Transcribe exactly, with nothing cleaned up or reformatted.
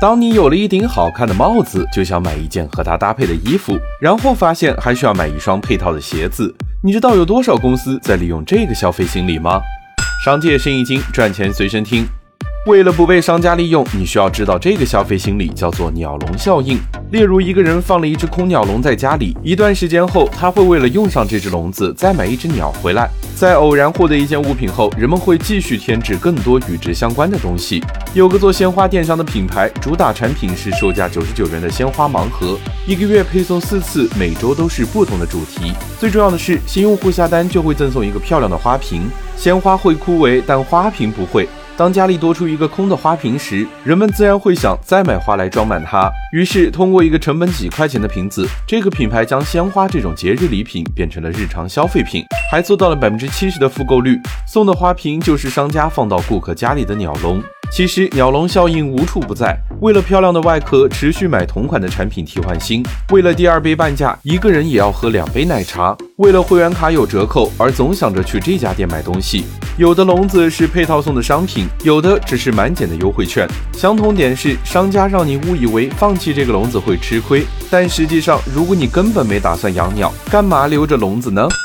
当你有了一顶好看的帽子，就想买一件和它搭配的衣服，然后发现还需要买一双配套的鞋子。你知道有多少公司在利用这个消费心理吗？商界生意经，赚钱随身听。为了不被商家利用，你需要知道这个消费心理叫做鸟笼效应。例如，一个人放了一只空鸟笼在家里，一段时间后，他会为了用上这只笼子，再买一只鸟回来。在偶然获得一件物品后，人们会继续添置更多与之相关的东西。有个做鲜花电商的品牌，主打产品是售价九十九元的鲜花盲盒，一个月配送四次，每周都是不同的主题。最重要的是，新用户下单就会赠送一个漂亮的花瓶。鲜花会枯萎，但花瓶不会。当家里多出一个空的花瓶时，人们自然会想再买花来装满它。于是，通过一个成本几块钱的瓶子，这个品牌将鲜花这种节日礼品变成了日常消费品，还做到了 百分之七十 的复购率。送的花瓶就是商家放到顾客家里的鸟笼。其实鸟笼效应无处不在，为了漂亮的外壳，持续买同款的产品替换新；为了第二杯半价，一个人也要喝两杯奶茶；为了会员卡有折扣，而总想着去这家店买东西。有的笼子是配套送的商品，有的只是满减的优惠券。相同点是，商家让你误以为放弃这个笼子会吃亏，但实际上，如果你根本没打算养鸟，干嘛留着笼子呢？